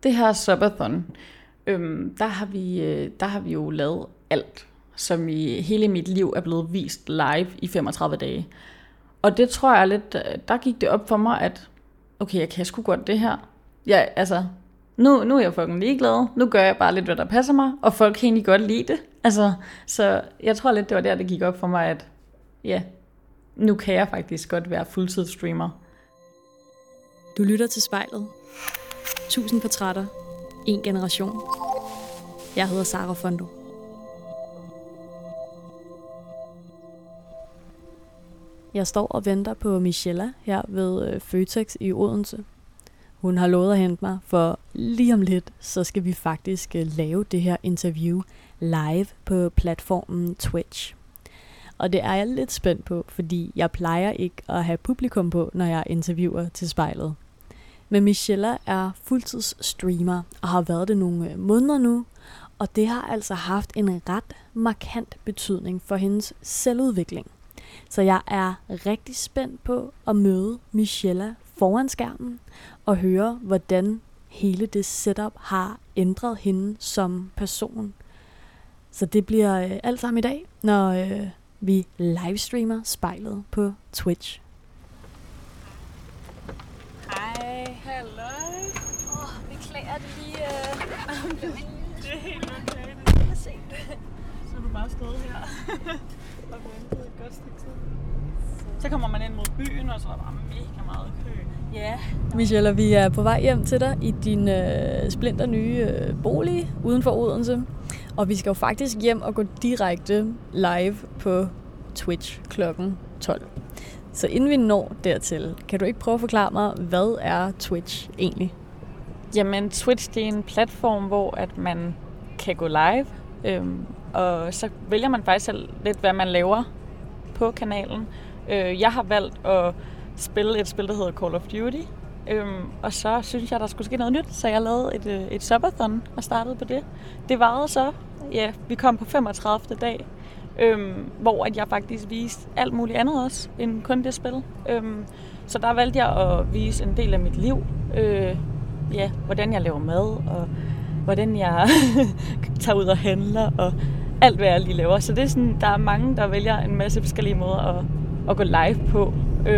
det her subathon, der har vi jo lavet alt, som i hele mit liv er blevet vist live i 35 dage. Og det tror jeg lidt, der gik det op for mig, at okay, jeg kan sgu godt det her. Ja, altså, nu er jeg fucking ligeglad. Nu gør jeg bare lidt, hvad der passer mig, og folk kan egentlig godt lide det. Altså, så jeg tror lidt, det var der, det gik op for mig, at ja, nu kan jeg faktisk godt være fuldtidsstreamer. Du lytter til Spejlet. 1000 portrætter. En generation. Jeg hedder Sara Fondo. Jeg står og venter på Michella her ved Føtex i Odense. Hun har lovet at hente mig, for lige om lidt, så skal vi faktisk lave det her interview live på platformen Twitch. Og det er jeg lidt spændt på, fordi jeg plejer ikke at have publikum på, når jeg interviewer til Spejlet. Men Michella er fuldtidsstreamer og har været det nogle måneder nu, og det har altså haft en ret markant betydning for hendes selvudvikling. Så jeg er rigtig spændt på at møde Michella foran skærmen og høre, hvordan hele det setup har ændret hende som person. Så det bliver alt sammen i dag, når vi livestreamer Spejlet på Twitch. Hej. Halløj. Beklager det lige. Det er helt okay. Det er sent. Så er du bare stået her og ventet et godt stykke tid. Så kommer man ind mod byen, og så er der bare mega meget kø. Ja. Michella, vi er på vej hjem til dig i din splinter nye bolig uden for Odense. Og vi skal jo faktisk hjem og gå direkte live på Twitch klokken 12. Så inden vi når dertil, kan du ikke prøve at forklare mig, hvad er Twitch egentlig? Jamen, Twitch, det er en platform, hvor at man kan gå live, og så vælger man faktisk selv lidt, hvad man laver på kanalen. Jeg har valgt at spille et spil, der hedder Call of Duty, og så synes jeg, der skulle ske noget nyt, så jeg lavede et subathon og startede på det. Det varede så, ja, vi kom på 35. dag, hvor at jeg faktisk viste alt muligt andet også, end kun det spil. Så der valgte jeg at vise en del af mit liv, ja, hvordan jeg laver mad, og hvordan jeg tager ud og handler, og alt, hvad jeg lige laver. Så det er sådan, der er mange, der vælger en masse forskellige måder at gå live på.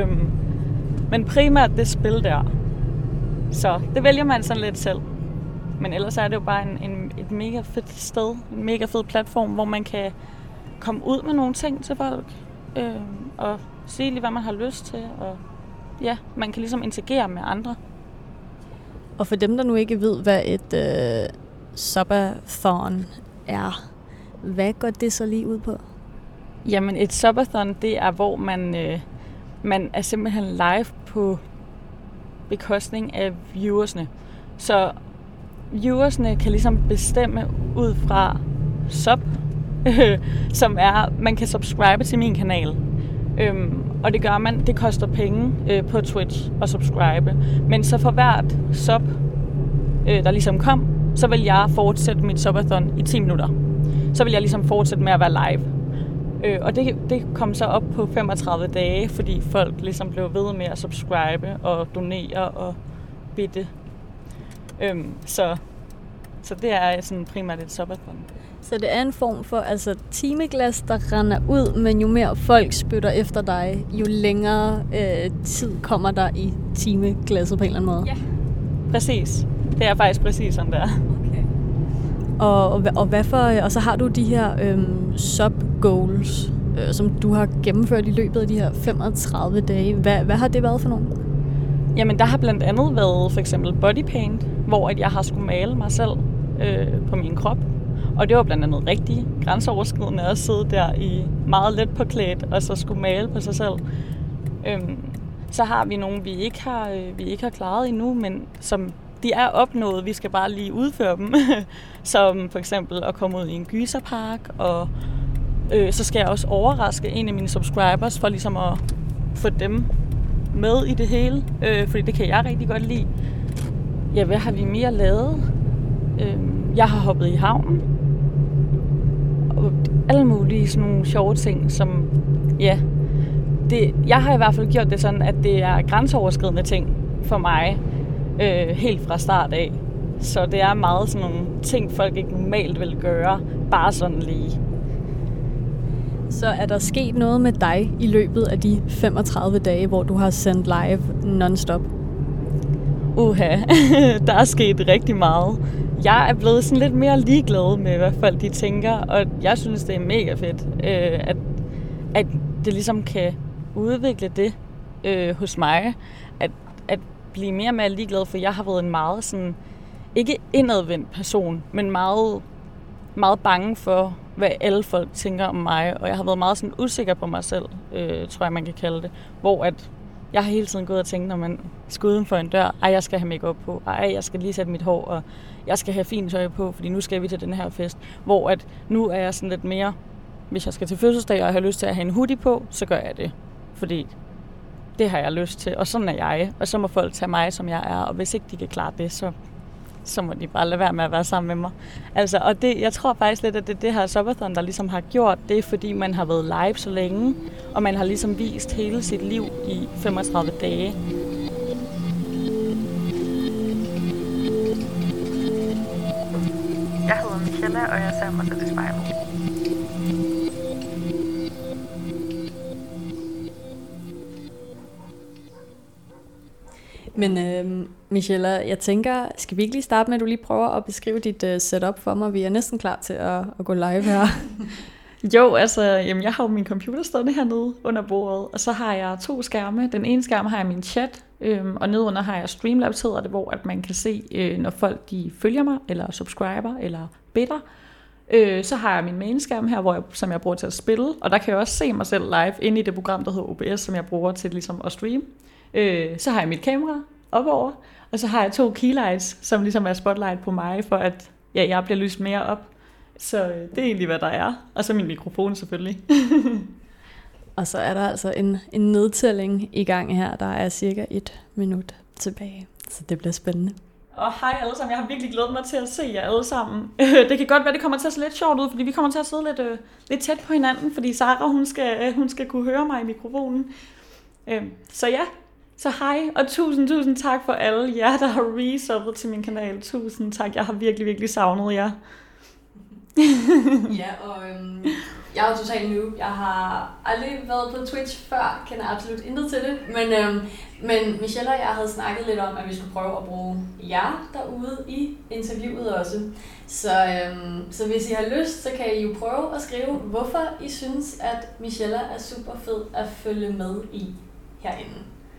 Men primært det spil der. Så det vælger man sådan lidt selv. Men ellers er det jo bare et mega fedt sted, en mega fed platform, hvor man kan komme ud med nogle ting til folk, og sige lige, hvad man har lyst til, og ja, man kan ligesom interagere med andre. Og for dem, der nu ikke ved, hvad et subathon er, hvad går det så lige ud på? Jamen, et subathon, det er, hvor man er simpelthen live på bekostning af viewersne. Så viewersne kan ligesom bestemme ud fra sub, som er, man kan subscribe til min kanal. Og det gør man, det koster penge på Twitch at subscribe. Men så for hvert sub, der ligesom kom, så vil jeg fortsætte mit subathon i 10 minutter. Så vil jeg ligesom fortsætte med at være live. Og det kom så op på 35 dage, fordi folk ligesom blev ved med at subscribe og donere og bitte. Så det er sådan primært et subathon. Så det er en form for timeglas, der render ud, men jo mere folk spytter efter dig, jo længere tid kommer der i timeglasset på en eller anden måde. Ja, præcis. Det er faktisk præcis sådan der. Okay. Og hvad for, og så har du de her sub-goals, som du har gennemført i løbet af de her 35 dage. Hvad har det været for nogle? Jamen, der har blandt andet været for eksempel body paint, hvor at jeg har skulle male mig selv på min krop. Og det var blandt andet rigtig grænseoverskridende at sidde der i meget let påklædt og så skulle male på sig selv. Så har vi nogle, vi ikke har klaret endnu, men som de er opnået, vi skal bare lige udføre dem. Som for eksempel at komme ud i en gyserpark, og så skal jeg også overraske en af mine subscribers for ligesom at få dem med i det hele, fordi det kan jeg rigtig godt lide. Ja, hvad har vi mere lavet? Jeg har hoppet i havnen. Og alle mulige sådan nogle sjove ting, som, ja, jeg har i hvert fald gjort det sådan, at det er grænseoverskridende ting for mig, helt fra start af. Så det er meget sådan nogle ting, folk ikke normalt vil gøre, bare sådan lige. Så er der sket noget med dig i løbet af de 35 dage, hvor du har sendt live non-stop? Der er sket rigtig meget. Jeg er blevet sådan lidt mere ligeglad med, hvad folk de tænker, og jeg synes, det er mega fedt, at det ligesom kan udvikle det hos mig, at blive mere og mere ligeglad, for jeg har været en meget sådan, ikke indadvendt person, men meget, meget bange for, hvad alle folk tænker om mig, og jeg har været meget sådan usikker på mig selv, tror jeg, man kan kalde det, hvor at jeg har hele tiden gået og tænkt, når man skal uden for en dør, jeg skal have makeup på, jeg skal lige sætte mit hår, og jeg skal have fint tøj på, fordi nu skal vi til den her fest. Hvor at nu er jeg sådan lidt mere, hvis jeg skal til fødselsdag, og jeg har lyst til at have en hoodie på, så gør jeg det. Fordi det har jeg lyst til, og sådan er jeg. Og så må folk tage mig, som jeg er, og hvis ikke de kan klare det, så må de bare lade være med at være sammen med mig. Altså, og det, jeg tror faktisk lidt, at det her Subathon, der ligesom har gjort, det er fordi, man har været live så længe, og man har ligesom vist hele sit liv i 35 dage. Jeg hedder Michelle, og jeg ser mig selv i spejlet. Men Michelle, jeg tænker, skal vi ikke lige starte med, at du lige prøver at beskrive dit setup for mig? Vi er næsten klar til at gå live her. Jo, altså, jeg har jo min computer stående hernede under bordet, og så har jeg 2 skærme. Den ene skærm har jeg min chat, og nedenunder har jeg Streamlabs, hedder det, hvor at man kan se, når folk de følger mig, eller subscriber, eller bidder. Så har jeg min main skærm her, som jeg bruger til at spille, og der kan jeg også se mig selv live inde i det program, der hedder OBS, som jeg bruger til ligesom at streame. Så har jeg mit kamera opover, og så har jeg 2 keylights, som ligesom er spotlight på mig, for at jeg bliver lyst mere op. Så det er egentlig, hvad der er. Og så min mikrofon selvfølgelig. Og så er der altså en nedtælling i gang her. Der er cirka 1 minut tilbage, så det bliver spændende. Og hej alle sammen, jeg har virkelig glædet mig til at se jer alle sammen. Det kan godt være, det kommer til at se lidt sjovt ud, fordi vi kommer til at sidde lidt tæt på hinanden, fordi Sara, hun skal kunne høre mig i mikrofonen. Så ja, så hej, og tusind tak for alle jer, der har resubbet til min kanal. Tusind tak, jeg har virkelig, virkelig savnet jer. Ja, og jeg er jo totalt noob. Jeg har aldrig været på Twitch før, kender absolut intet til det. Men Michelle og jeg havde snakket lidt om, at vi skulle prøve at bruge jer derude i interviewet også. Så hvis I har lyst, så kan I jo prøve at skrive, hvorfor I synes, at Michelle er super fed at følge med i herinde.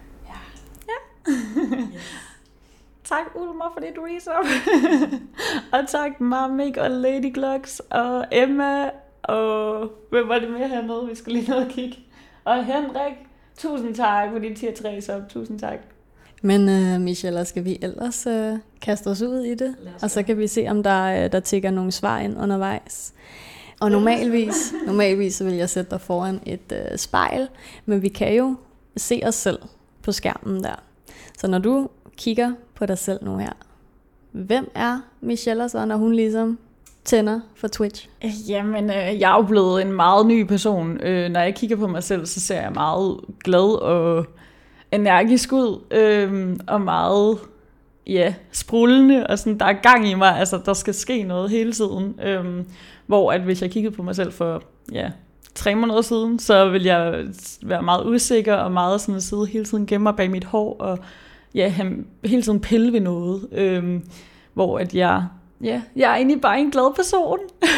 Ja. Yes. Tak Ulmer for dit resub. Og tak Marmik og Lady Glocks og Emma og hvem var det med hernede, vi skulle lige ned og kigge. Og Henrik, tusind tak for dit tier 3 sub. Tusind tak. Men Michelle, skal vi ellers kaste os ud i det? Og så kan vi se, om der tikker nogle svar ind undervejs. Og normalvis så vil jeg sætte dig foran et spejl, men vi kan jo se os selv på skærmen der. Så når du kigger på dig selv nu her, hvem er Michelle så, når hun ligesom tænder for Twitch? Jamen, jeg er jo blevet en meget ny person. Når jeg kigger på mig selv, så ser jeg meget glad og energisk ud, og meget sprudlende, og sådan, der er gang i mig, altså der skal ske noget hele tiden. Hvor at hvis jeg kiggede på mig selv for 3 måneder siden, så ville jeg være meget usikker, og meget sådan at sidde hele tiden gemme mig bag mit hår, og hele tiden pille ved noget. Hvor at jeg er egentlig bare en glad person.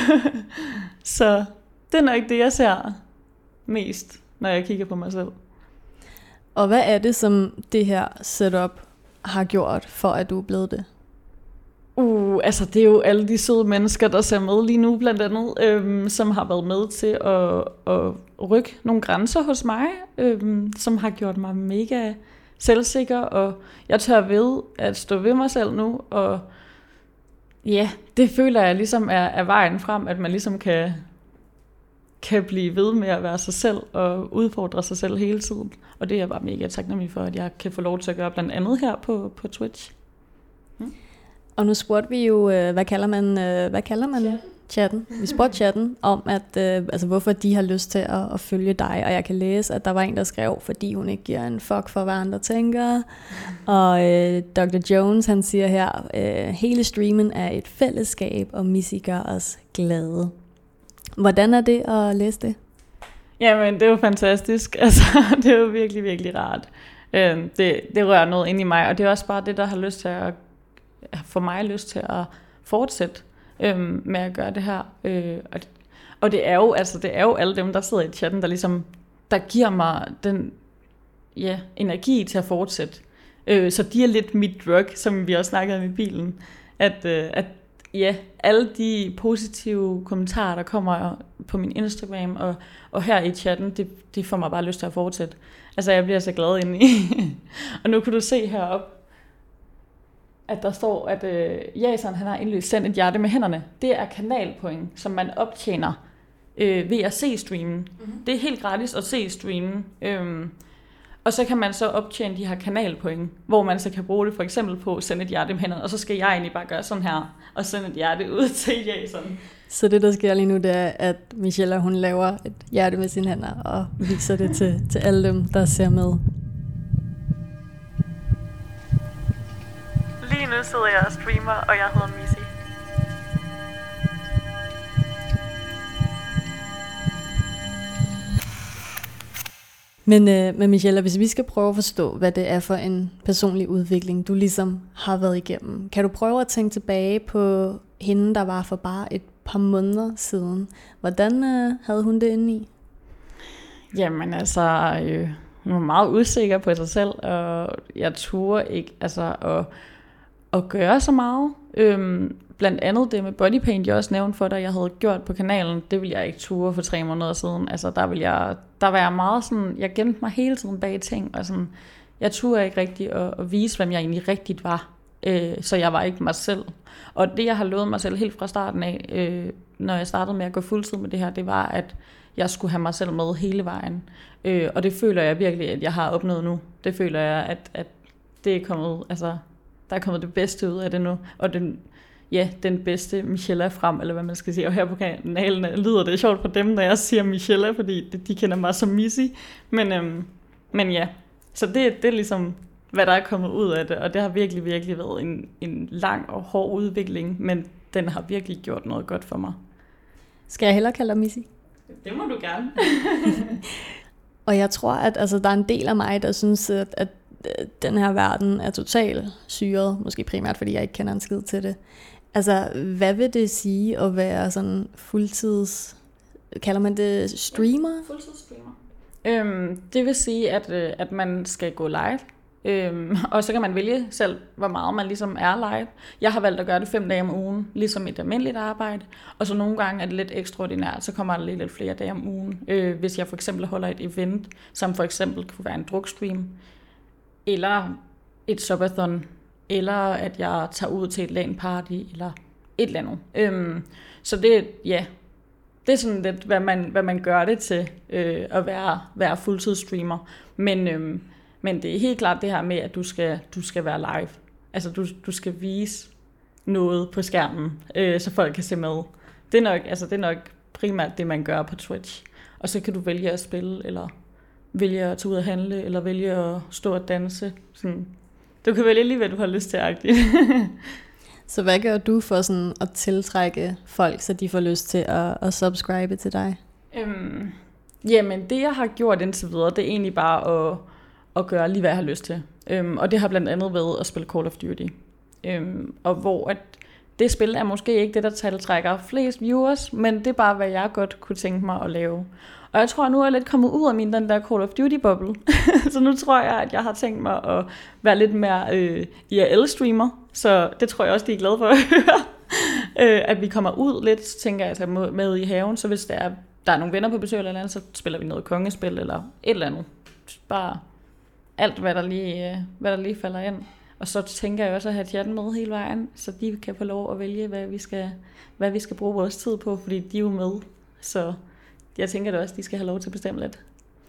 Så det er nok det, jeg ser mest, når jeg kigger på mig selv. Og hvad er det, som det her setup har gjort, for at du er blevet det? Altså det er jo alle de søde mennesker, der ser med lige nu, blandt andet, som har været med til at rykke nogle grænser hos mig, som har gjort mig mega selvsikker, og jeg tør ved at stå ved mig selv nu, og det føler jeg ligesom er vejen frem, at man ligesom kan blive ved med at være sig selv og udfordre sig selv hele tiden. Og det er jeg bare mega taknemmelig for, at jeg kan få lov til at gøre blandt andet her på Twitch. Og nu spurgte vi jo, hvad kalder man chatten. Vi spurgte chatten om, at, altså, hvorfor de har lyst til at følge dig. Og jeg kan læse, at der var en, der skrev, fordi hun ikke giver en fuck for, hvad andre tænker. Og Dr. Jones, han siger her, hele streamen er et fællesskab, og Missy gør os glade. Hvordan er det at læse det? Jamen, det er jo fantastisk. Altså, det er jo virkelig, virkelig rart. Det rører noget ind i mig, og det er også bare det, der har lyst til at få mig lyst til at fortsætte med at gøre det her. Og det er jo alle dem, der sidder i chatten, der ligesom, der giver mig den energi til at fortsætte. Så de er lidt mit drug, som vi også snakkede om i bilen. At alle de positive kommentarer, der kommer på min Instagram og her i chatten, det får mig bare lyst til at fortsætte. Altså, jeg bliver så glad indeni. Og nu kan du se heroppe, at der står, at Jason, han har indløst sendt et hjerte med hænderne. Det er kanalpoint, som man optjener ved at se streamen. Mm-hmm. Det er helt gratis at se streamen. Og så kan man så optjene de her kanalpoint, hvor man så kan bruge det for eksempel på at sende et hjerte med hænderne. Og så skal jeg egentlig bare gøre sådan her, og sende et hjerte ud til Jason. Så det, der sker lige nu, det er, at Michelle, hun laver et hjerte med sine hænder, og viser det til alle dem, der ser med. Lige nu sidder jeg og streamer, og jeg hedder Missy. Men Michelle, hvis vi skal prøve at forstå, hvad det er for en personlig udvikling, du ligesom har været igennem, kan du prøve at tænke tilbage på hende, der var for bare et par måneder siden? Hvordan havde hun det inde i? Jamen altså, hun var meget usikker på sig selv, og jeg turde ikke at gøre så meget. Blandt andet det med bodypaint, jeg også nævnte for dig, jeg havde gjort på kanalen, det ville jeg ikke ture for 3 måneder siden. Altså der var jeg meget sådan, jeg gemte mig hele tiden bag ting, og sådan, jeg turde ikke rigtig at vise, hvem jeg egentlig rigtigt var. Så jeg var ikke mig selv. Og det, jeg har lovet mig selv helt fra starten af, når jeg startede med at gå fuldtid med det her, det var, at jeg skulle have mig selv med hele vejen. Og det føler jeg virkelig, at jeg har opnået nu. Det føler jeg, at det er kommet, altså, der er kommet det bedste ud af det nu. Og den bedste Michelle er frem, eller hvad man skal sige. Og her på kanalen lyder det sjovt for dem, når jeg siger Michelle, fordi de kender mig som Missy. Men ja, så det er ligesom, hvad der er kommet ud af det. Og det har virkelig, virkelig været en lang og hård udvikling, men den har virkelig gjort noget godt for mig. Skal jeg hellere kalde dig Missy? Det må du gerne. Og jeg tror, at altså, der er en del af mig, der synes, at den her verden er totalt syret. Måske primært, fordi jeg ikke kender en skid til det. Altså, hvad vil det sige at være sådan fuldtids... Kalder man det streamer? Fuldtidsstreamer. Det vil sige, at man skal gå live. Og så kan man vælge selv, hvor meget man ligesom er live. Jeg har valgt at gøre det 5 dage om ugen, ligesom et almindeligt arbejde. Og så nogle gange er det lidt ekstraordinært, så kommer der lidt flere dage om ugen. Hvis jeg for eksempel holder et event, som for eksempel kunne være en drukstream, eller et subathon, eller at jeg tager ud til et LAN-party, eller et eller andet. Så det er sådan lidt, hvad man gør det til, at være fuldtidsstreamer. Men det er helt klart det her med, at du skal være live. Altså du skal vise noget på skærmen, så folk kan se med. Det er nok primært det, man gør på Twitch. Og så kan du vælge at spille, eller vælge at tage ud og handle, eller vælge at stå og danse. Sådan. Du kan vælge lige, hvad du har lyst til, agtigt. Så hvad gør du for sådan at tiltrække folk, så de får lyst til at subscribe til dig? Jamen, det jeg har gjort indtil videre, det er egentlig bare at gøre lige, hvad jeg har lyst til. Og det har blandt andet været at spille Call of Duty. Og hvor at det spil er måske ikke det, der tiltrækker flest viewers, men det er bare, hvad jeg godt kunne tænke mig at lave. Og jeg tror, nu er jeg lidt kommet ud af den der Call of Duty-boble. Så nu tror jeg, at jeg har tænkt mig at være lidt mere IRL-streamer. Så det tror jeg også, de er glade for at høre. At vi kommer ud lidt, tænker jeg, at tage med i haven. Så hvis der er nogle venner på besøg eller andet, så spiller vi noget kongespil eller et eller andet. Bare alt, hvad der lige falder ind. Og så tænker jeg også at have chatten med hele vejen, så de kan få lov at vælge, hvad vi skal bruge vores tid på, fordi de er jo med. Så jeg tænker da også, at de skal have lov til at bestemme lidt.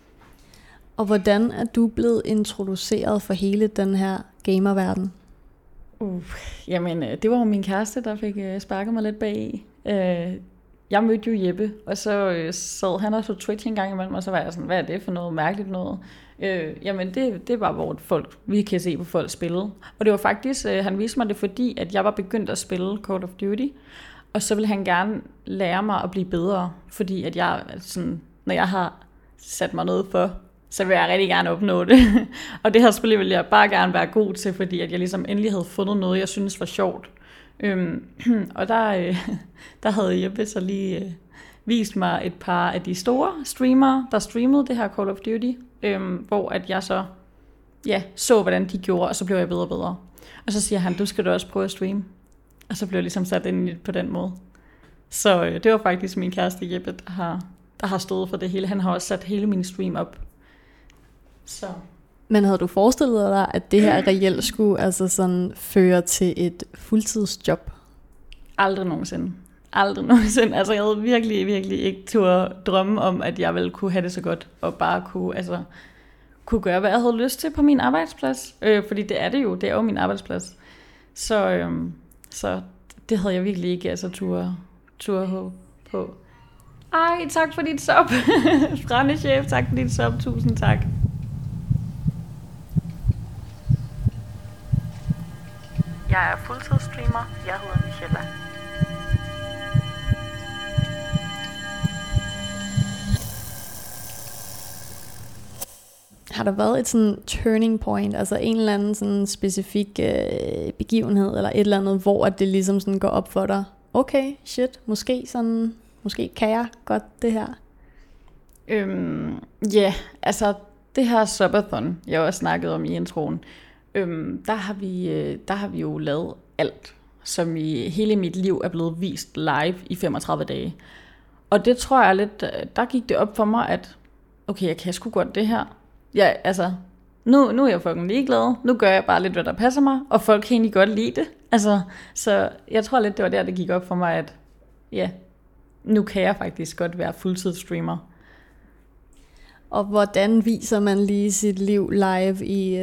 Og hvordan er du blevet introduceret for hele den her gamerverden? Jamen, det var jo min kæreste, der fik sparket mig lidt bag i. jeg mødte jo Jeppe, og så sad han også på Twitch en gang imellem, og så var jeg sådan, hvad er det for noget mærkeligt noget? Jamen det er bare, hvor vi kan se på folk spille. Og det var faktisk, han viste mig det, fordi at jeg var begyndt at spille Call of Duty, og så ville han gerne lære mig at blive bedre, fordi at jeg, sådan, når jeg har sat mig noget for, så vil jeg rigtig gerne opnå det. Og det her spil ville jeg bare gerne være god til, fordi at jeg ligesom endelig havde fundet noget, jeg synes var sjovt. Og der havde Jeppe så lige vist mig et par af de store streamere, der streamede det her Call of Duty, hvor at jeg så hvordan de gjorde, og så blev jeg bedre og bedre. Og så siger han, du skal da også prøve at streame. Og så blev jeg ligesom sat ind på den måde. Så det var faktisk min kæreste Jeppe, der har stået for det hele. Han har også sat hele min stream op. Så. Men havde du forestillet dig, at det her reelt skulle altså sådan føre til et fuldtidsjob? Aldrig nogensinde. Aldrig nogensinde. Altså jeg havde virkelig, virkelig ikke turde drømme om, at jeg ville kunne have det så godt, og bare kunne gøre, hvad jeg havde lyst til på min arbejdsplads. Fordi det er jo min arbejdsplads. Så det havde jeg virkelig ikke turde håbe på. Ej, tak for dit sub. Frannechef, tak for dit sub. Tusind tak. Jeg er fuldtidsstreamer. Jeg hedder Michelle. Har der været et sådan turning point, altså en eller anden sådan specifik begivenhed, eller et eller andet, hvor det ligesom sådan går op for dig? Okay, shit, måske kan jeg godt det her. Altså det her subathon, jeg også snakket om i introen, der har vi jo lavet alt, som i hele mit liv er blevet vist live i 35 dage. Og det tror jeg lidt, der gik det op for mig, at okay, jeg kan sgu godt det her. Ja, altså, nu er jeg fucking ligeglad. Nu gør jeg bare lidt, hvad der passer mig, og folk kan egentlig godt lide det. Altså, så jeg tror lidt, det var der, det gik op for mig, at ja, nu kan jeg faktisk godt være fuldtidsstreamer. Og hvordan viser man lige sit liv live i,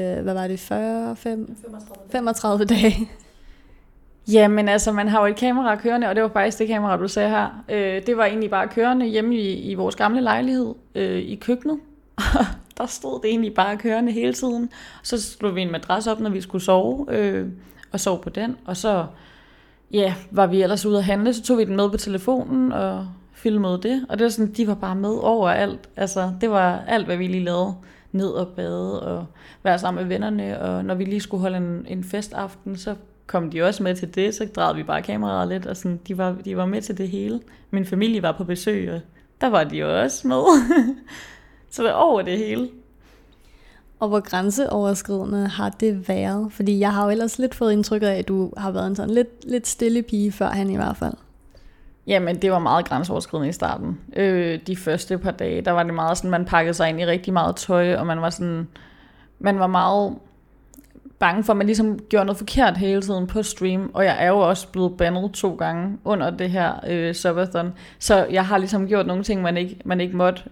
35 dage? Jamen altså, man har jo et kamera kørende, og det var faktisk det kamera, du sagde her. Det var egentlig bare kørende hjemme i vores gamle lejlighed i køkkenet. Der stod det egentlig bare kørende hele tiden. Så slog vi en madras op, når vi skulle sove, og sov på den. Og så var vi ellers ude at handle, så tog vi den med på telefonen og filmede det. Og det var sådan, de var bare med overalt. Altså, det var alt, hvad vi lige lavede. Ned og bade og være sammen med vennerne. Og når vi lige skulle holde en festaften, så kom de også med til det. Så drejede vi bare kameraet lidt, og sådan, de var med til det hele. Min familie var på besøg, og der var de jo også med. Så det er over det hele. Og hvor grænseoverskridende har det været? Fordi jeg har jo ellers lidt fået indtryk af, at du har været en sådan lidt stille pige førhen i hvert fald. Jamen, det var meget grænseoverskridende i starten. De første par dage, der var det meget sådan, man pakkede sig ind i rigtig meget tøj, og man var meget bange for, at man ligesom gjorde noget forkert hele tiden på stream, og jeg er jo også blevet bandet 2 gange under det her subathon, så jeg har ligesom gjort nogle ting, man ikke måtte.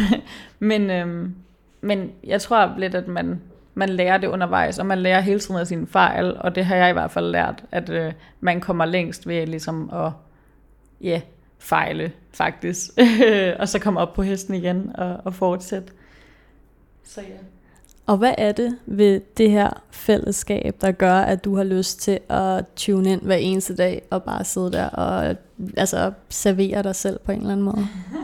Men jeg tror lidt, at man lærer det undervejs, og man lærer hele tiden af sine fejl, og det har jeg i hvert fald lært, at man kommer længst ved ligesom at fejle faktisk, og så komme op på hesten igen og fortsætte. Så ja. Og hvad er det ved det her fællesskab, der gør, at du har lyst til at tune ind hver eneste dag og bare sidde der og altså servere dig selv på en eller anden måde?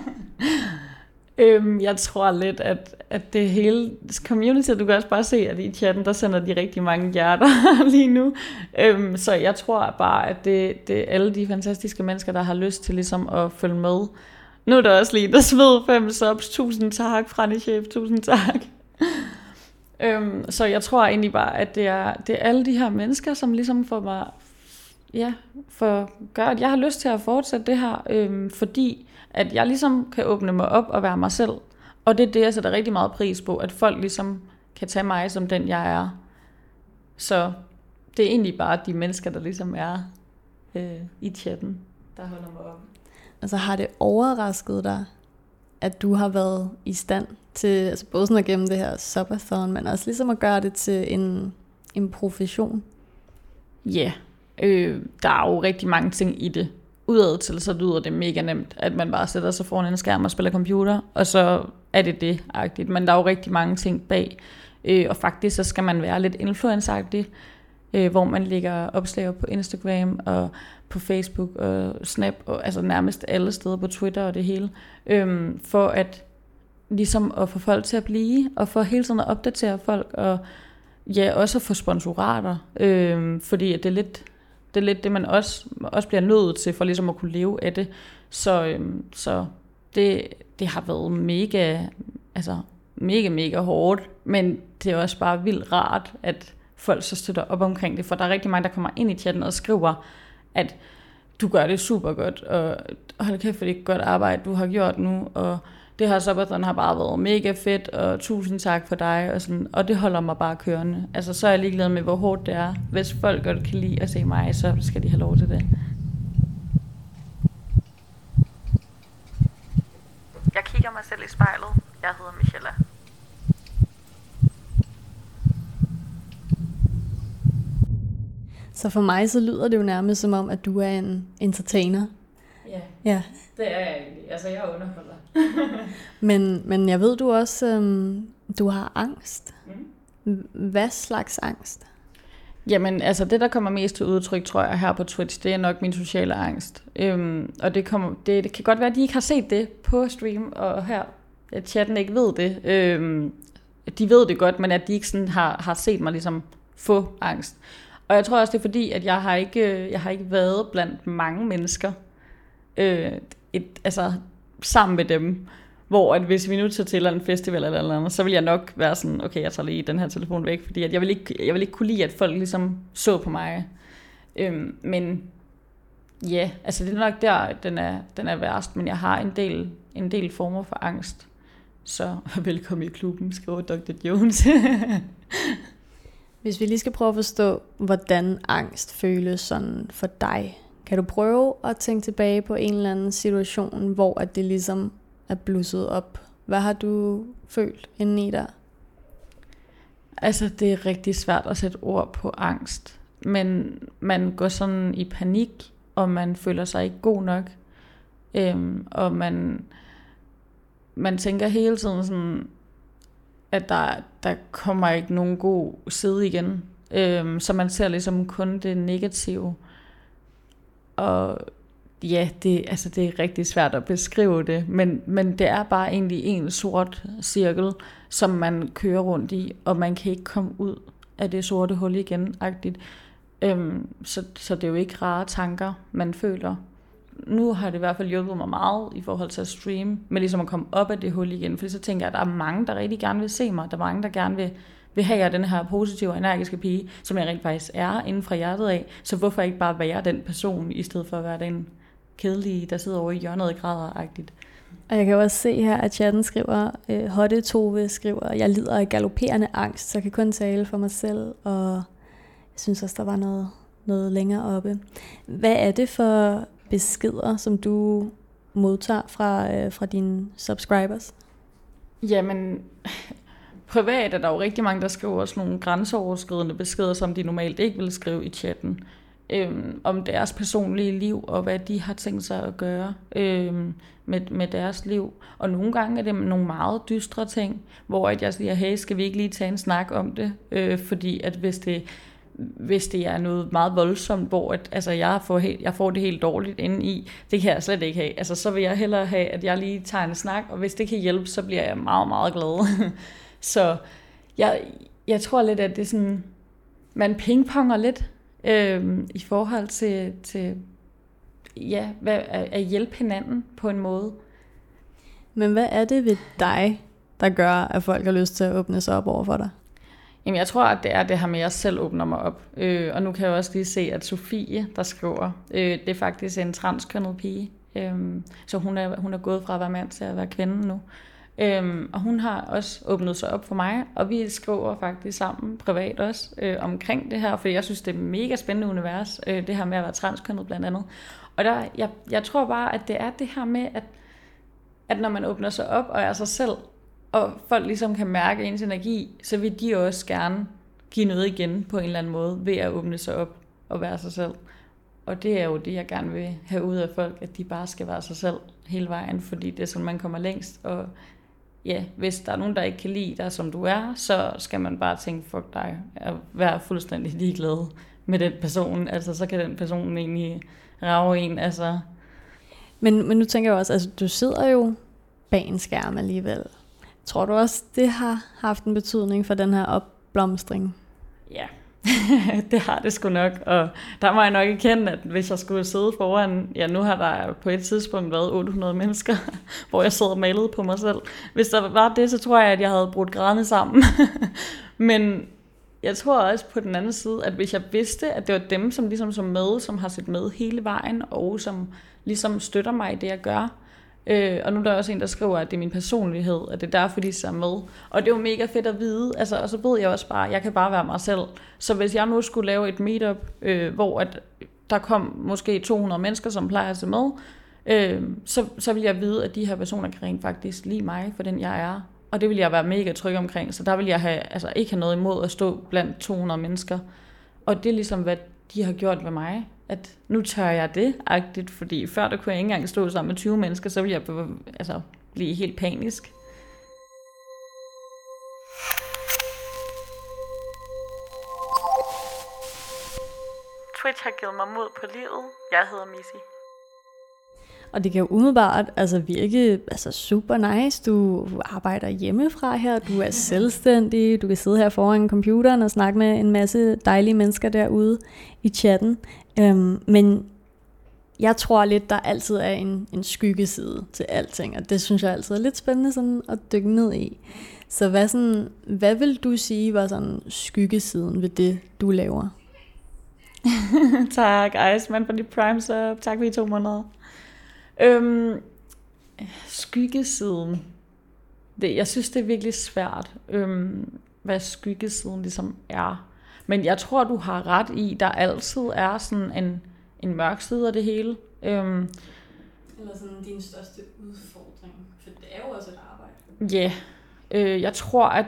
Jeg tror lidt, at det hele community, du kan også bare se, at i chatten, der sender de rigtig mange hjerter lige nu. Så jeg tror bare, at det er alle de fantastiske mennesker, der har lyst til ligesom at følge med. Nu er der også lige, der smed 5 subs. Tusind tak, Frannechef. Tusind tak. Så jeg tror egentlig bare, at det er alle de her mennesker, som ligesom får mig, for gør, at jeg har lyst til at fortsætte det her, fordi at jeg ligesom kan åbne mig op og være mig selv. Og det er det, jeg sætter rigtig meget pris på, at folk ligesom kan tage mig som den, jeg er. Så det er egentlig bare de mennesker, der ligesom er i chatten, der holder mig op. Altså har det overrasket dig, at du har været i stand til, altså både sådan at gemme det her subathon, men også ligesom at gøre det til en profession? Ja, der er jo rigtig mange ting i det. udad til, så lyder det mega nemt, at man bare sætter sig foran en skærm og spiller computer, og så er det det-agtigt. Men der er jo rigtig mange ting bag, og faktisk så skal man være lidt influencer-agtig, hvor man lægger opslag på Instagram og på Facebook og Snap, og altså nærmest alle steder på Twitter og det hele, for at ligesom at få folk til at blive, og for hele tiden at opdatere folk, og ja, også at få sponsorater, fordi at det er lidt det, man også bliver nødt til, for ligesom at kunne leve af det. Så det har været mega hårdt, men det er også bare vildt rart, at folk så støtter op omkring det, for der er rigtig mange, der kommer ind i chatten og skriver, at du gør det super godt, og hold kæft for det godt arbejde, du har gjort nu, og det her subathon har bare været mega fedt, og tusind tak for dig, og sådan, og det holder mig bare kørende. Altså, så er jeg ligeglad med, hvor hårdt det er. Hvis folk godt kan lide at se mig, så skal de have lov til det. Jeg kigger mig selv i spejlet. Jeg hedder Michelle. Så for mig så lyder det jo nærmest som om, at du er en entertainer. Ja. Det er jeg egentlig. Altså, jeg underholder. Men jeg ved, du også du har angst. Hvad slags angst? Jamen, altså det, der kommer mest til udtryk, tror jeg, her på Twitch, det er nok min sociale angst. Og det kan godt være, at de ikke har set det på stream, og her, at chatten ikke ved det. De ved det godt, men at de ikke sådan har set mig ligesom få angst. Og jeg tror også, det er fordi, at jeg har ikke været blandt mange mennesker, sammen med dem, hvor at hvis vi nu tager til en festival eller andet, så vil jeg nok være sådan, okay, jeg tager lige den her telefon væk, fordi at jeg vil ikke kunne lide, at folk ligesom så på mig. Men ja, altså det er nok der, den er værst, men jeg har en del former for angst. Så velkommen i klubben, skriver Dr. Jones. Hvis vi lige skal prøve at forstå, hvordan angst føles sådan for dig, kan du prøve at tænke tilbage på en eller anden situation, hvor at det ligesom er blusset op? Hvad har du følt indeni der? Altså, det er rigtig svært at sætte ord på angst. Men man går sådan i panik, og man føler sig ikke god nok. Og man tænker hele tiden sådan, at der kommer ikke nogen god side igen. Så man ser ligesom kun det negative. Og ja, det er rigtig svært at beskrive det, men det er bare egentlig en sort cirkel, som man kører rundt i, og man kan ikke komme ud af det sorte hul igen-agtigt. Så det er jo ikke rare tanker, man føler. Nu har det i hvert fald hjulpet mig meget i forhold til at streame, med ligesom at komme op af det hul igen, for så tænker jeg, at der er mange, der rigtig gerne vil se mig, der er mange, der gerne vil have jeg den her positive og energiske pige, som jeg rent faktisk er inden fra hjertet af, så hvorfor ikke bare være den person, i stedet for at være den kedelige, der sidder over i hjørnet og græder-agtigt. Og jeg kan også se her, at chatten skriver, Hotte Tove skriver, jeg lider af galopperende angst, så jeg kan kun tale for mig selv, og jeg synes også, der var noget længere oppe. Hvad er det for beskeder, som du modtager fra dine subscribers? Jamen, privat er der jo rigtig mange, der skriver sådan nogle grænseoverskridende beskeder, som de normalt ikke vil skrive i chatten. Om deres personlige liv, og hvad de har tænkt sig at gøre med deres liv. Og nogle gange er det nogle meget dystre ting, hvor at jeg siger, hey, skal vi ikke lige tage en snak om det? Fordi at hvis det er noget meget voldsomt, hvor at, altså jeg får det helt dårligt inde i, det kan jeg slet ikke have. Altså, så vil jeg hellere have, at jeg lige tager en snak, og hvis det kan hjælpe, så bliver jeg meget, meget glad. Så jeg tror lidt, at det er sådan, man pingponger lidt i forhold til ja, at hjælpe hinanden på en måde. Men hvad er det ved dig, der gør, at folk har lyst til at åbne sig op over for dig? Jamen, jeg tror, at det er det her med, at jeg selv åbner mig op. Og nu kan jeg også lige se, at Sofie, der skriver, det er faktisk en transkønnet pige. Så hun er gået fra at være mand til at være kvinde nu. Og hun har også åbnet sig op for mig, og vi skriver faktisk sammen privat også omkring det her, fordi jeg synes, det er et mega spændende univers, det her med at være transkønnet blandt andet. Og jeg tror bare, at det er det her med, at når man åbner sig op og er sig selv, og folk ligesom kan mærke ens energi, så vil de også gerne give noget igen på en eller anden måde, ved at åbne sig op og være sig selv. Og det er jo det, jeg gerne vil have ud af folk, at de bare skal være sig selv hele vejen, fordi det er sådan, man kommer længst. Og ja, hvis der er nogen, der ikke kan lide dig, som du er, så skal man bare tænke, fuck dig, og være fuldstændig ligeglad med den person. Altså, så kan den person egentlig rage en, altså. Men nu tænker jeg også, altså du sidder jo bag en skærm alligevel. Tror du også, det har haft en betydning for den her opblomstring? Ja, det har det sgu nok, og der må jeg nok erkende, at hvis jeg skulle sidde foran, ja, nu har der på et tidspunkt været 800 mennesker, hvor jeg sad og malede på mig selv. Hvis der var det, så tror jeg, at jeg havde brudt grædene sammen. Men jeg tror også på den anden side, at hvis jeg vidste, at det var dem, som ligesom som med, som har set med hele vejen, og som ligesom støtter mig i det, jeg gør. Og nu er der også en, der skriver, at det er min personlighed, at det er derfor, de er med. Og det er jo mega fedt at vide, altså, og så ved jeg også bare, at jeg kan bare være mig selv. Så hvis jeg nu skulle lave et meetup, hvor at der kom måske 200 mennesker, som plejer at se med, så vil jeg vide, at de her personer kan rent faktisk lide mig, for den jeg er. Og det vil jeg være mega tryg omkring, så der vil jeg ikke have noget imod at stå blandt 200 mennesker. Og det er ligesom, hvad de har gjort ved mig, at nu tør jeg det-agtigt, fordi før der kunne jeg ikke engang stå sammen med 20 mennesker, så ville jeg blive helt panisk. Twitch har givet mig mod på livet. Jeg hedder Missy. Og det kan jo umiddelbart virke super nice. Du arbejder hjemmefra her, du er selvstændig, du kan sidde her foran computeren og snakke med en masse dejlige mennesker derude i chatten. Men jeg tror lidt, der altid er en skyggeside til alting, og det synes jeg altid er lidt spændende sådan at dykke ned i. Så hvad vil du sige var sådan skyggesiden ved det, du laver? Tak, Iceman, for de primes up. Tak for de 2 måneder. Skyggesiden. Jeg synes, det er virkelig svært, hvad skyggesiden ligesom er. Men jeg tror, du har ret i, der altid er sådan en mørk side af det hele. Eller sådan din største udfordring, for det er jo også et arbejde. Ja, jeg tror, at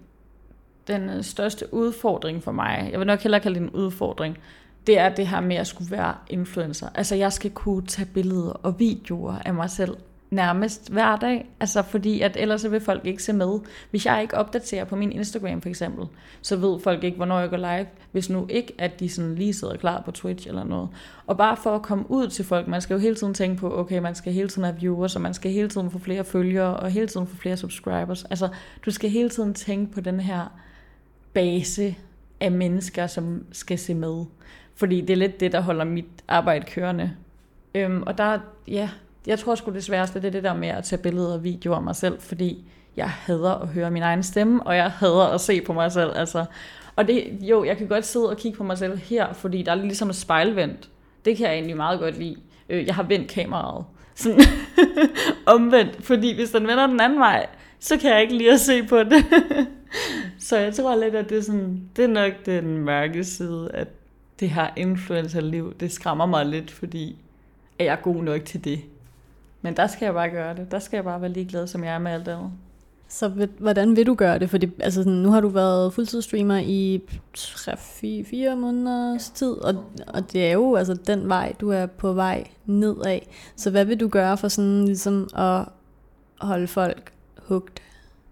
den største udfordring for mig, jeg vil nok hellere kalde det en udfordring, det er det her med at skulle være influencer. Altså, jeg skal kunne tage billeder og videoer af mig selv nærmest hver dag. Altså, fordi at ellers vil folk ikke se med. Hvis jeg ikke opdaterer på min Instagram for eksempel, så ved folk ikke, hvornår jeg går live. Hvis nu ikke, at de sådan lige sidder klar på Twitch eller noget. Og bare for at komme ud til folk, man skal jo hele tiden tænke på, okay, man skal hele tiden have viewers, og man skal hele tiden få flere følgere, og hele tiden få flere subscribers. Altså, du skal hele tiden tænke på den her base af mennesker, som skal se med. Fordi det er lidt det, der holder mit arbejde kørende. Og der, ja, jeg tror sgu det sværeste, det er det der med at tage billeder og videoer af mig selv, fordi jeg hader at høre min egen stemme, og jeg hader at se på mig selv. Altså. Og det, jo, jeg kan godt sidde og kigge på mig selv her, fordi der er ligesom et spejlvendt. Det kan jeg egentlig meget godt lide. Jeg har vendt kameraet sådan omvendt, fordi hvis den vender den anden vej, så kan jeg ikke lide at se på det. Så jeg tror lidt, at det er nok den mørke side, at det her influencerliv, det skræmmer mig lidt, fordi jeg er god nok til det. Men der skal jeg bare gøre det. Der skal jeg bare være ligeglad, som jeg er med alt andet. Så hvordan vil du gøre det? Fordi nu har du været fuldtidsstreamer i 3-4 måneders tid, og det er jo den vej, du er på vej nedad. Så hvad vil du gøre for sådan ligesom at holde folk hugt?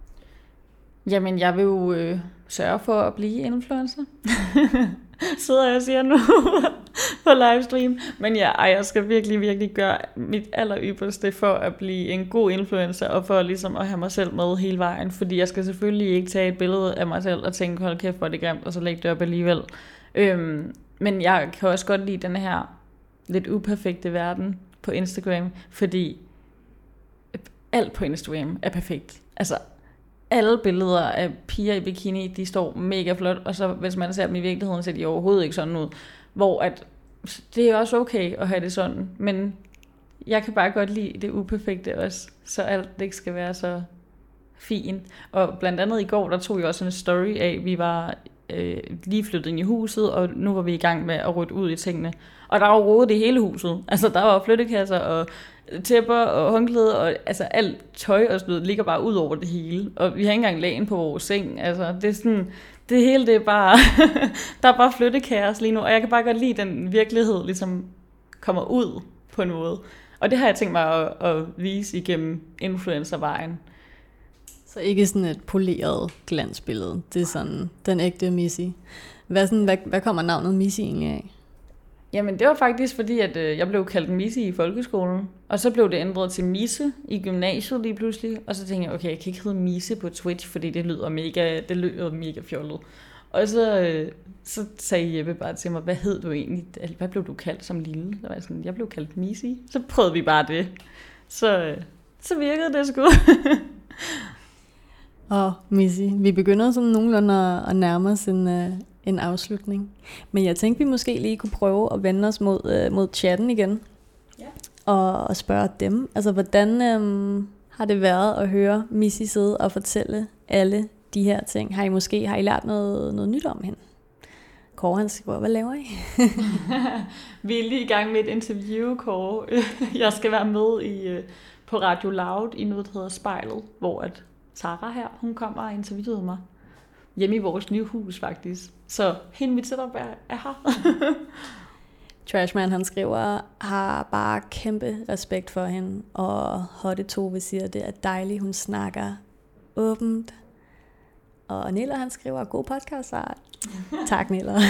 Jamen, jeg vil jo sørge for at blive influencer. Sidder jeg og siger nu på livestream. Men ja, jeg skal virkelig, virkelig gøre mit allerypperste for at blive en god influencer, og for ligesom at have mig selv med hele vejen. Fordi jeg skal selvfølgelig ikke tage et billede af mig selv og tænke, hold kæft, hvor er det grimt, og så lægge det op alligevel. Men jeg kan også godt lide den her lidt uperfekte verden på Instagram, fordi alt på Instagram er perfekt. Altså, alle billeder af piger i bikini, de står mega flot, og så hvis man ser dem i virkeligheden, ser de overhovedet ikke sådan ud. Hvor at, det er også okay at have det sådan, men jeg kan bare godt lide det uperfekte også, så alt det ikke skal være så fint. Og blandt andet i går, der tog jeg også en story af, vi var lige flyttet ind i huset, og nu var vi i gang med at rydde ud i tingene. Og der var rodet i hele huset. Altså, der var flyttekasser og tæpper og håndklæder, og altså alt tøj og sådan noget ligger bare ud over det hele. Og vi har ikke engang lagen på vores seng. Altså, det det hele det er bare, der er bare flyttekaos lige nu, og jeg kan bare godt lide, den virkelighed ligesom kommer ud på en måde. Og det har jeg tænkt mig at vise igennem influencervejen. Så ikke sådan et poleret glansbillede. Det er sådan den ægte Missy. Hvad kommer navnet Missy egentlig af? Jamen det var faktisk fordi, at jeg blev kaldt Missy i folkeskolen. Og så blev det ændret til Misse i gymnasiet lige pludselig. Og så tænkte jeg, okay, jeg kan ikke hedde Misse på Twitch, fordi det lyder mega fjollet. Og så sagde Jeppe bare til mig, hvad hed du egentlig? Hvad blev du kaldt som lille? Der var jeg sådan, jeg blev kaldt Missy. Så prøvede vi bare det. Så virkede det sgu. Og Missy, vi begynder sådan nogenlunde at nærme os en afslutning. Men jeg tænkte, vi måske lige kunne prøve at vende os mod chatten igen. Ja. Og spørge dem, altså hvordan har det været at høre Missy sidde og fortælle alle de her ting? Har I lært noget nyt om hende? Kåre, han skriver, hvad laver I? Vi er lige i gang med et interview, Kåre. Jeg skal være med på Radio Loud i noget, der hedder Spejlet, hvor at Sara her, hun kommer og interviewede mig hjemme i vores nye hus faktisk. Så hende mit setup er her. Trashman, han skriver, har bare kæmpe respekt for hende, og Hotte Tove siger, det er dejligt, hun snakker åbent. Og Niller, han skriver, god podcast, Sara. Tak, Niller.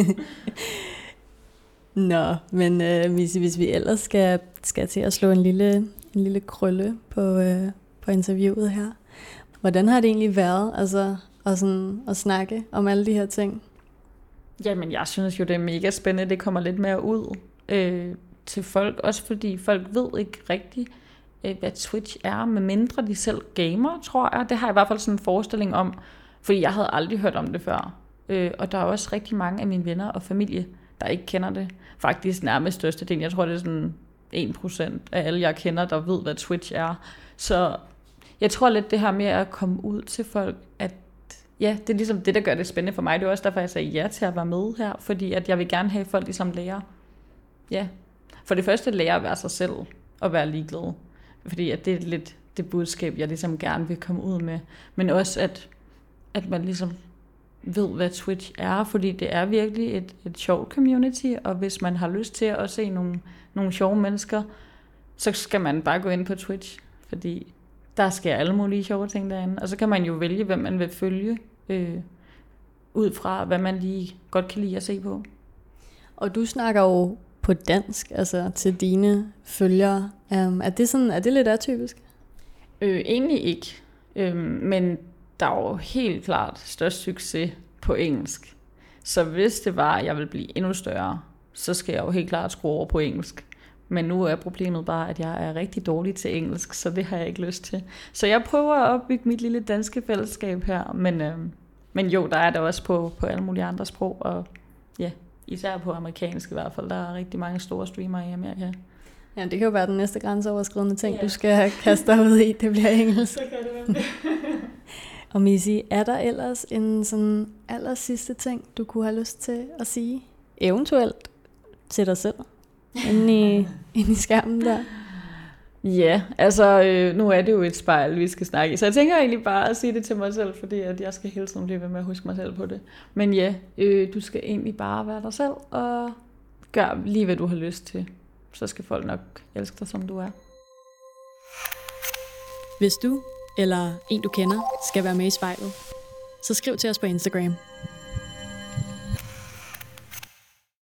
Nå, men hvis vi ellers skal til at slå en lille krølle på interviewet her. Hvordan har det egentlig været at snakke om alle de her ting? Jamen, jeg synes jo, det er mega spændende. Det kommer lidt mere ud til folk. Også fordi folk ved ikke rigtigt, hvad Twitch er, medmindre de selv gamer, tror jeg. Det har jeg i hvert fald sådan en forestilling om, fordi jeg havde aldrig hørt om det før. Og der er også rigtig mange af mine venner og familie, der ikke kender det. Faktisk nærmest størstedelen. Jeg tror, det er sådan 1% af alle, jeg kender, der ved, hvad Twitch er. Så jeg tror lidt det her med at komme ud til folk, at ja, det er ligesom det, der gør det spændende for mig. Det er også derfor, jeg sagde ja til at være med her, fordi at jeg vil gerne have folk ligesom lærer. Ja, for det første lære at være sig selv og være ligeglad. Fordi at det er lidt det budskab, jeg ligesom gerne vil komme ud med. Men også, at man ligesom ved, hvad Twitch er, fordi det er virkelig et sjovt community, og hvis man har lyst til at se nogle sjove mennesker, så skal man bare gå ind på Twitch, fordi der sker alle mulige sjove ting derinde, og så kan man jo vælge, hvem man vil følge, ud fra, hvad man lige godt kan lide at se på. Og du snakker jo på dansk, altså til dine følgere. Er det lidt atypisk? Egentlig ikke, men der er jo helt klart størst succes på engelsk. Så hvis det var, at jeg ville blive endnu større, så skal jeg jo helt klart skrue over på engelsk. Men nu er problemet bare, at jeg er rigtig dårlig til engelsk, så det har jeg ikke lyst til. Så jeg prøver at opbygge mit lille danske fællesskab her, men jo, der er det også på alle mulige andre sprog, og ja, især på amerikansk i hvert fald. Der er rigtig mange store streamere i Amerika. Ja, det kan jo være den næste grænseoverskridende ting, du skal kaste dig ud i. Det bliver engelsk. Så kan det være det. Og Missy, er der ellers en sådan aller sidste ting, du kunne have lyst til at sige? Eventuelt til dig selv? Inde i skærmen der? Ja, altså nu er det jo et spejl, vi skal snakke i. Så jeg tænker egentlig bare at sige det til mig selv, fordi at jeg skal hele tiden blive ved med at huske mig selv på det. Men ja, du skal egentlig bare være dig selv og gør lige, hvad du har lyst til. Så skal folk nok elske dig, som du er. Hvis du eller en, du kender, skal være med i spejlet, så skriv til os på Instagram.